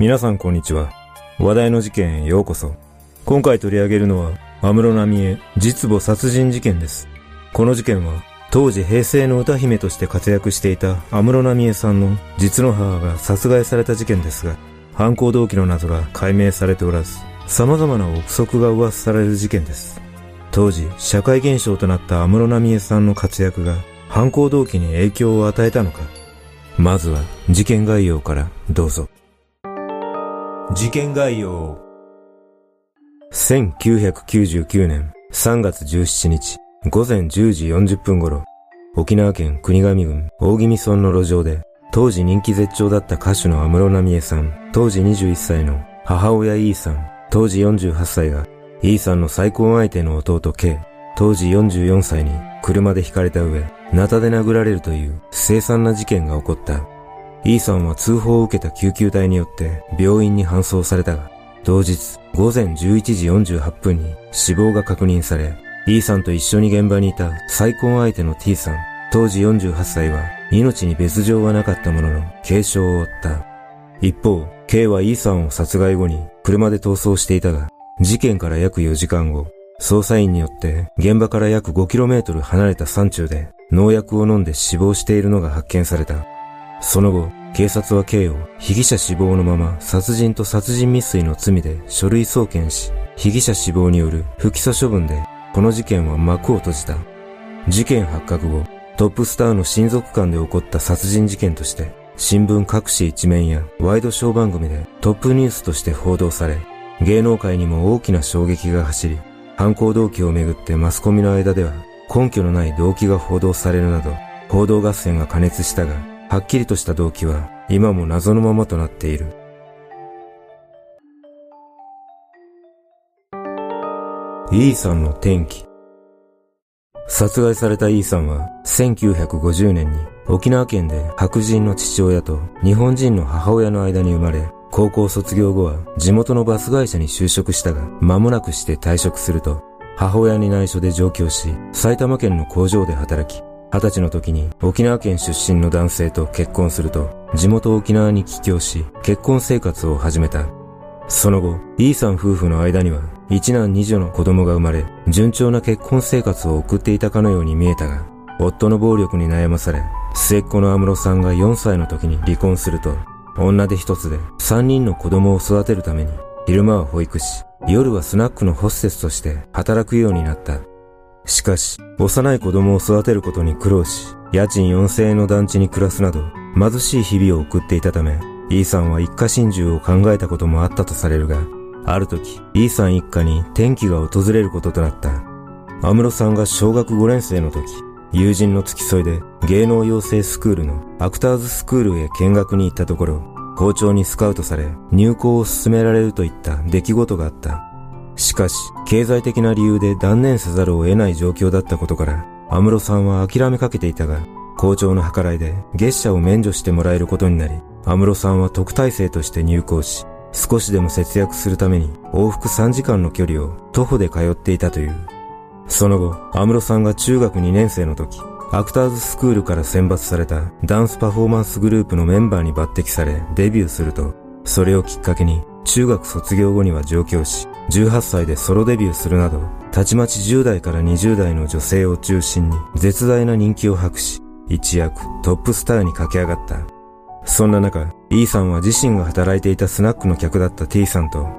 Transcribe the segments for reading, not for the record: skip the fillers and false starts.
皆さんこんにちは。話題の事件へようこそ。今回取り上げるのは安室奈美恵実母殺人事件です。この事件は当時平成の歌姫として活躍していた安室奈美恵さんの実の母が殺害された事件ですが、犯行動機の謎が解明されておらず、様々な憶測が噂される事件です。当時社会現象となった安室奈美恵さんの活躍が犯行動機に影響を与えたのか。まずは事件概要からどうぞ。事件概要。1999年3月17日午前10時40分頃、沖縄県国頭郡大宜味村の路上で、当時人気絶頂だった歌手の安室奈美恵さん、当時21歳の母親 E さん、当時48歳が E さんの再婚相手の弟 K、当時44歳に車でひかれた上、ナタで殴られるという凄惨な事件が起こった。E さんは通報を受けた救急隊によって病院に搬送されたが、同日午前11時48分に死亡が確認され、E さんと一緒に現場にいた再婚相手の T さん、当時48歳は命に別状はなかったものの軽傷を負った。一方、K は E さんを殺害後に車で逃走していたが、事件から約4時間後、捜査員によって現場から約 5km 離れた山中で農薬を飲んで死亡しているのが発見された。その後、警察は K を被疑者死亡のまま殺人と殺人未遂の罪で書類送検し、被疑者死亡による不起訴処分でこの事件は幕を閉じた。事件発覚後、トップスターの親族間で起こった殺人事件として、新聞各紙一面やワイドショー番組でトップニュースとして報道され、芸能界にも大きな衝撃が走り、犯行動機をめぐってマスコミの間では根拠のない動機が報道されるなど、報道合戦が過熱したが、はっきりとした動機は今も謎のままとなっている。E さんの転機。殺害された E さんは1950年に沖縄県で白人の父親と日本人の母親の間に生まれ、高校卒業後は地元のバス会社に就職したが、間もなくして退職すると、母親に内緒で上京し、埼玉県の工場で働き、20歳の時に沖縄県出身の男性と結婚すると、地元沖縄に帰郷し、結婚生活を始めた。その後、E さん夫婦の間には、一男二女の子供が生まれ、順調な結婚生活を送っていたかのように見えたが、夫の暴力に悩まされ、末っ子の安室さんが4歳の時に離婚すると、女手一つで3人の子供を育てるために、昼間は保育士、夜はスナックのホステスとして働くようになった。しかし、幼い子供を育てることに苦労し、家賃4000円の団地に暮らすなど、貧しい日々を送っていたため、E さんは一家心中を考えたこともあったとされるが、ある時、E さん一家に転機が訪れることとなった。安室さんが小学5年生の時、友人の付き添いで芸能養成スクールのアクターズスクールへ見学に行ったところ、校長にスカウトされ入校を勧められるといった出来事があった。しかし、経済的な理由で断念せざるを得ない状況だったことから、安室さんは諦めかけていたが、校長の計らいで月謝を免除してもらえることになり、安室さんは特待生として入校し、少しでも節約するために往復3時間の距離を徒歩で通っていたという。その後、安室さんが中学2年生の時、アクターズスクールから選抜されたダンスパフォーマンスグループのメンバーに抜擢されデビューすると、それをきっかけに中学卒業後には上京し、18歳でソロデビューするなど、たちまち10代から20代の女性を中心に絶大な人気を博し、一躍トップスターに駆け上がった。そんな中、E さんは自身が働いていたスナックの客だった T さんと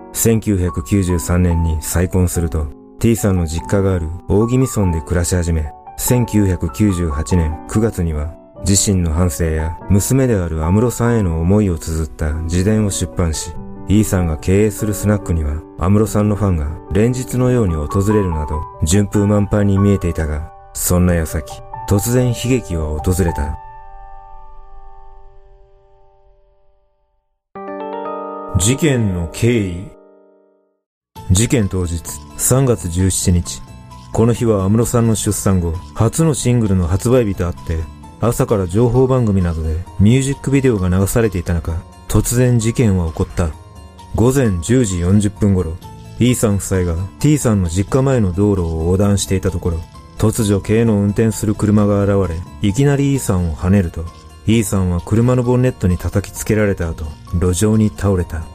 1993年に再婚すると、T さんの実家がある大宜味村で暮らし始め、1998年9月には自身の半生や娘である安室さんへの思いを綴った自伝を出版し、E さんが経営するスナックには安室さんのファンが連日のように訪れるなど順風満帆に見えていたが、そんな矢先、突然悲劇は訪れた。事件の経緯。事件当日3月17日、この日は安室さんの出産後初のシングルの発売日とあって、朝から情報番組などでミュージックビデオが流されていた中、突然事件は起こった。午前10時40分頃、E さん夫妻が T さんの実家前の道路を横断していたところ、突如 K の運転する車が現れ、いきなり E さんを跳ねると、E さんは車のボンネットに叩きつけられた後、路上に倒れた。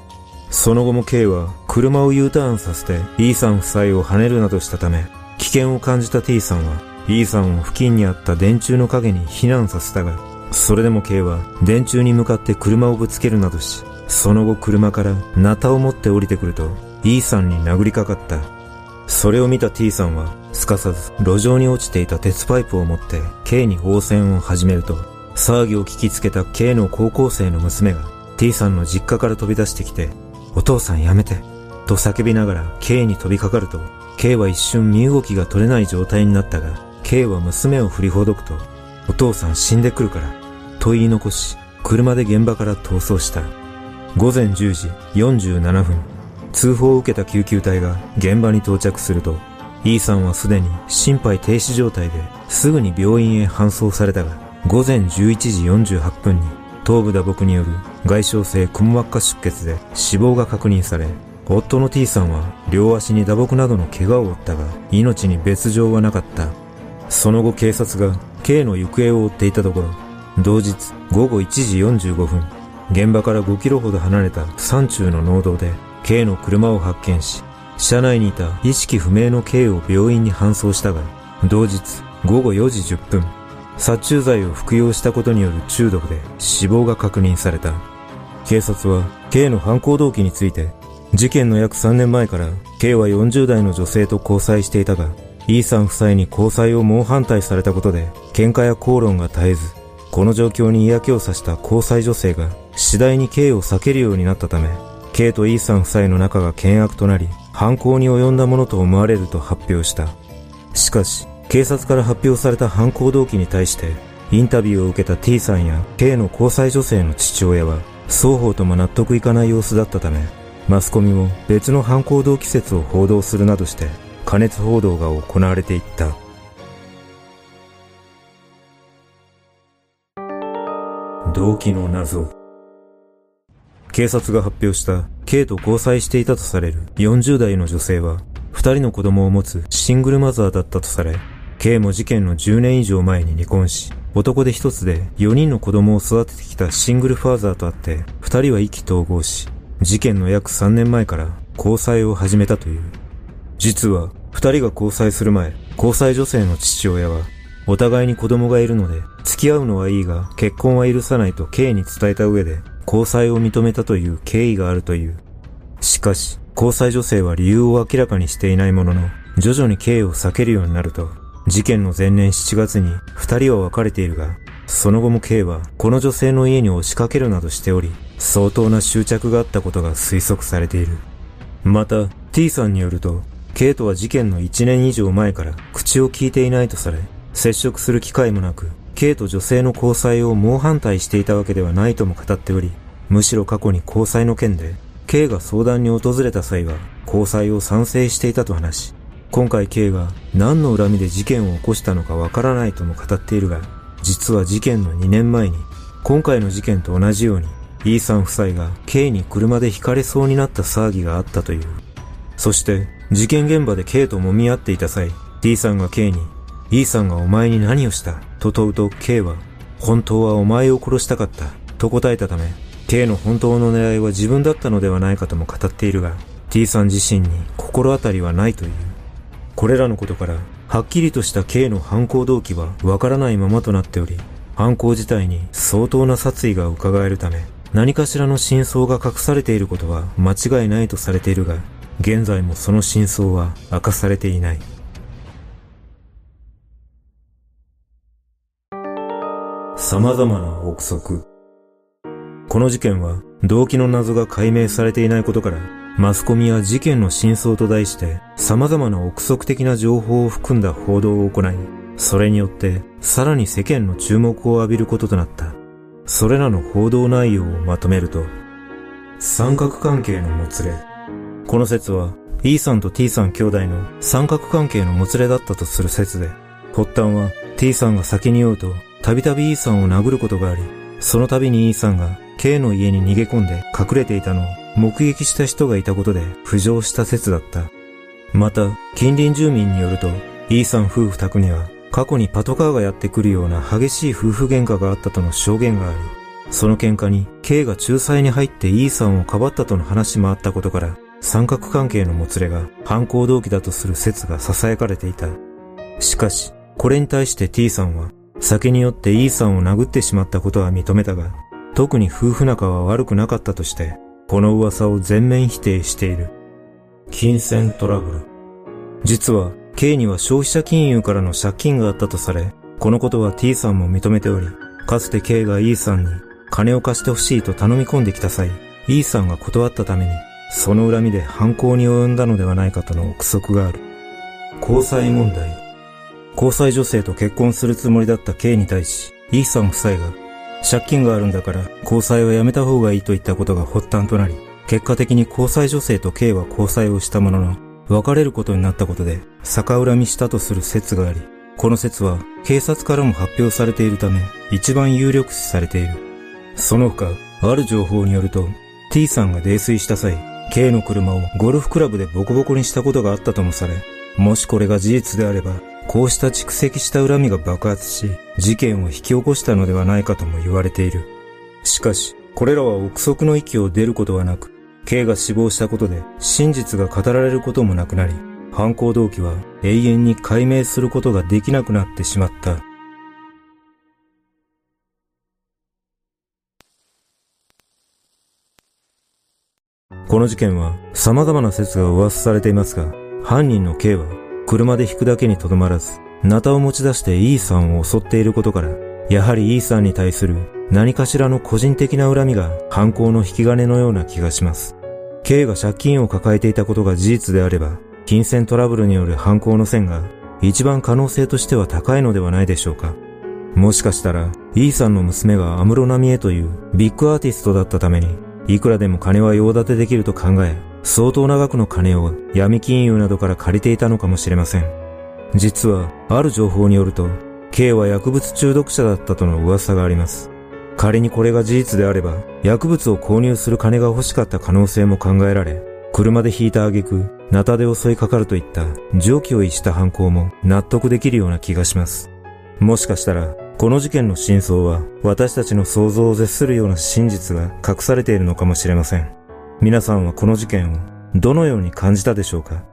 その後も K は車を U ターンさせて E さん夫妻を跳ねるなどしたため、危険を感じた T さんは E さんを付近にあった電柱の陰に避難させたが、それでも K は電柱に向かって車をぶつけるなどし、その後車からナタを持って降りてくると E さんに殴りかかった。それを見た T さんはすかさず路上に落ちていた鉄パイプを持って K に応戦を始めると、騒ぎを聞きつけた K の高校生の娘が T さんの実家から飛び出してきて、お父さんやめてと叫びながら K に飛びかかると、 K は一瞬身動きが取れない状態になったが、 K は娘を振りほどくと、お父さん死んでくるからと言い残し、車で現場から逃走した。午前10時47分、通報を受けた救急隊が現場に到着すると、 E さんはすでに心肺停止状態ですぐに病院へ搬送されたが、午前11時48分に頭部打撲による外傷性くも膜下出血で死亡が確認され、夫の T さんは両足に打撲などの怪我を負ったが命に別状はなかった。その後警察が K の行方を追っていたところ、同日午後1時45分、現場から5キロほど離れた山中の農道で K の車を発見し、車内にいた意識不明の K を病院に搬送したが、同日午後4時10分、殺虫剤を服用したことによる中毒で死亡が確認された。警察は K の犯行動機について、事件の約3年前から K は40代の女性と交際していたが、 E さん夫妻に交際を猛反対されたことで喧嘩や口論が絶えず、この状況に嫌気をさした交際女性が次第に K を避けるようになったため、 K と E さん夫妻の仲が険悪となり、犯行に及んだものと思われると発表した。しかし警察から発表された犯行動機に対してインタビューを受けた T さんや K の交際女性の父親は双方とも納得いかない様子だったため、マスコミも別の犯行動機説を報道するなどして過熱報道が行われていった。動機の謎。警察が発表した K と交際していたとされる40代の女性は2人の子供を持つシングルマザーだったとされ、K も事件の10年以上前に離婚し、男手一つで4人の子供を育ててきたシングルファーザーとあって、2人は意気投合し、事件の約3年前から交際を始めたという。実は2人が交際する前、交際女性の父親はお互いに子供がいるので付き合うのはいいが結婚は許さないと K に伝えた上で交際を認めたという経緯があるという。しかし交際女性は理由を明らかにしていないものの、徐々に K を避けるようになると、事件の前年7月に2人は別れているが、その後も K はこの女性の家に押しかけるなどしており、相当な執着があったことが推測されている。また T さんによると、 K とは事件の1年以上前から口を聞いていないとされ、接触する機会もなく、 K と女性の交際を猛反対していたわけではないとも語っており、むしろ過去に交際の件で K が相談に訪れた際は交際を賛成していたと話し、今回 K が何の恨みで事件を起こしたのかわからないとも語っているが、実は事件の2年前に今回の事件と同じように E さん夫妻が K に車でひかれそうになった騒ぎがあったという。そして事件現場で K と揉み合っていた際、 T さんが K に E さんがお前に何をしたと問うと、 K は本当はお前を殺したかったと答えたため、 K の本当の狙いは自分だったのではないかとも語っているが、 T さん自身に心当たりはないという。これらのことからはっきりとした K の犯行動機はわからないままとなっており、犯行自体に相当な殺意が伺えるため、何かしらの真相が隠されていることは間違いないとされているが、現在もその真相は明かされていない。様々な憶測。この事件は動機の謎が解明されていないことから、マスコミは事件の真相と題して様々な憶測的な情報を含んだ報道を行い、それによってさらに世間の注目を浴びることとなった。それらの報道内容をまとめると、三角関係のもつれ。この説は E さんと T さん兄弟の三角関係のもつれだったとする説で、発端は T さんが先に酔うとたびたび E さんを殴ることがあり、その度に E さんが K の家に逃げ込んで隠れていたのを目撃した人がいたことで浮上した説だった。また近隣住民によると、 E さん夫婦宅には過去にパトカーがやってくるような激しい夫婦喧嘩があったとの証言があり、 その喧嘩に K が仲裁に入って E さんをかばったとの話もあったことから、三角関係のもつれが犯行動機だとする説が囁かれていた。しかし、これに対して T さんは、酒によって E さんを殴ってしまったことは認めたが、特に夫婦仲は悪くなかったとして、この噂を全面否定している。金銭トラブル。実は、K には消費者金融からの借金があったとされ、このことは T さんも認めており、かつて K が E さんに金を貸してほしいと頼み込んできた際、E さんが断ったために、その恨みで犯行に及んだのではないかとの憶測がある。交際問題。交際女性と結婚するつもりだった K に対し、E さん夫妻が、借金があるんだから交際はやめた方がいいといったことが発端となり、結果的に交際女性と K は交際をしたものの、別れることになったことで逆恨みしたとする説があり、この説は警察からも発表されているため一番有力視されている。その他、ある情報によると T さんが泥酔した際、K の車をゴルフクラブでボコボコにしたことがあったともされ、もしこれが事実であれば、こうした蓄積した恨みが爆発し、事件を引き起こしたのではないかとも言われている。しかし、これらは憶測の域を出ることはなく、K が死亡したことで真実が語られることもなくなり、犯行動機は永遠に解明することができなくなってしまった。この事件は様々な説が噂されていますが、犯人の K は車で引くだけにとどまらず、ナタを持ち出して E さんを襲っていることから、やはり E さんに対する何かしらの個人的な恨みが犯行の引き金のような気がします。K が借金を抱えていたことが事実であれば、金銭トラブルによる犯行の線が一番可能性としては高いのではないでしょうか。もしかしたら E さんの娘が安室奈美恵というビッグアーティストだったために、いくらでも金は用立てできると考え、相当な額の金を闇金融などから借りていたのかもしれません。実はある情報によると、K は薬物中毒者だったとの噂があります。仮にこれが事実であれば、薬物を購入する金が欲しかった可能性も考えられ、車で引いた挙句、ナタで襲いかかるといった常軌を逸した犯行も納得できるような気がします。もしかしたら、この事件の真相は私たちの想像を絶するような真実が隠されているのかもしれません。皆さんはこの事件をどのように感じたでしょうか？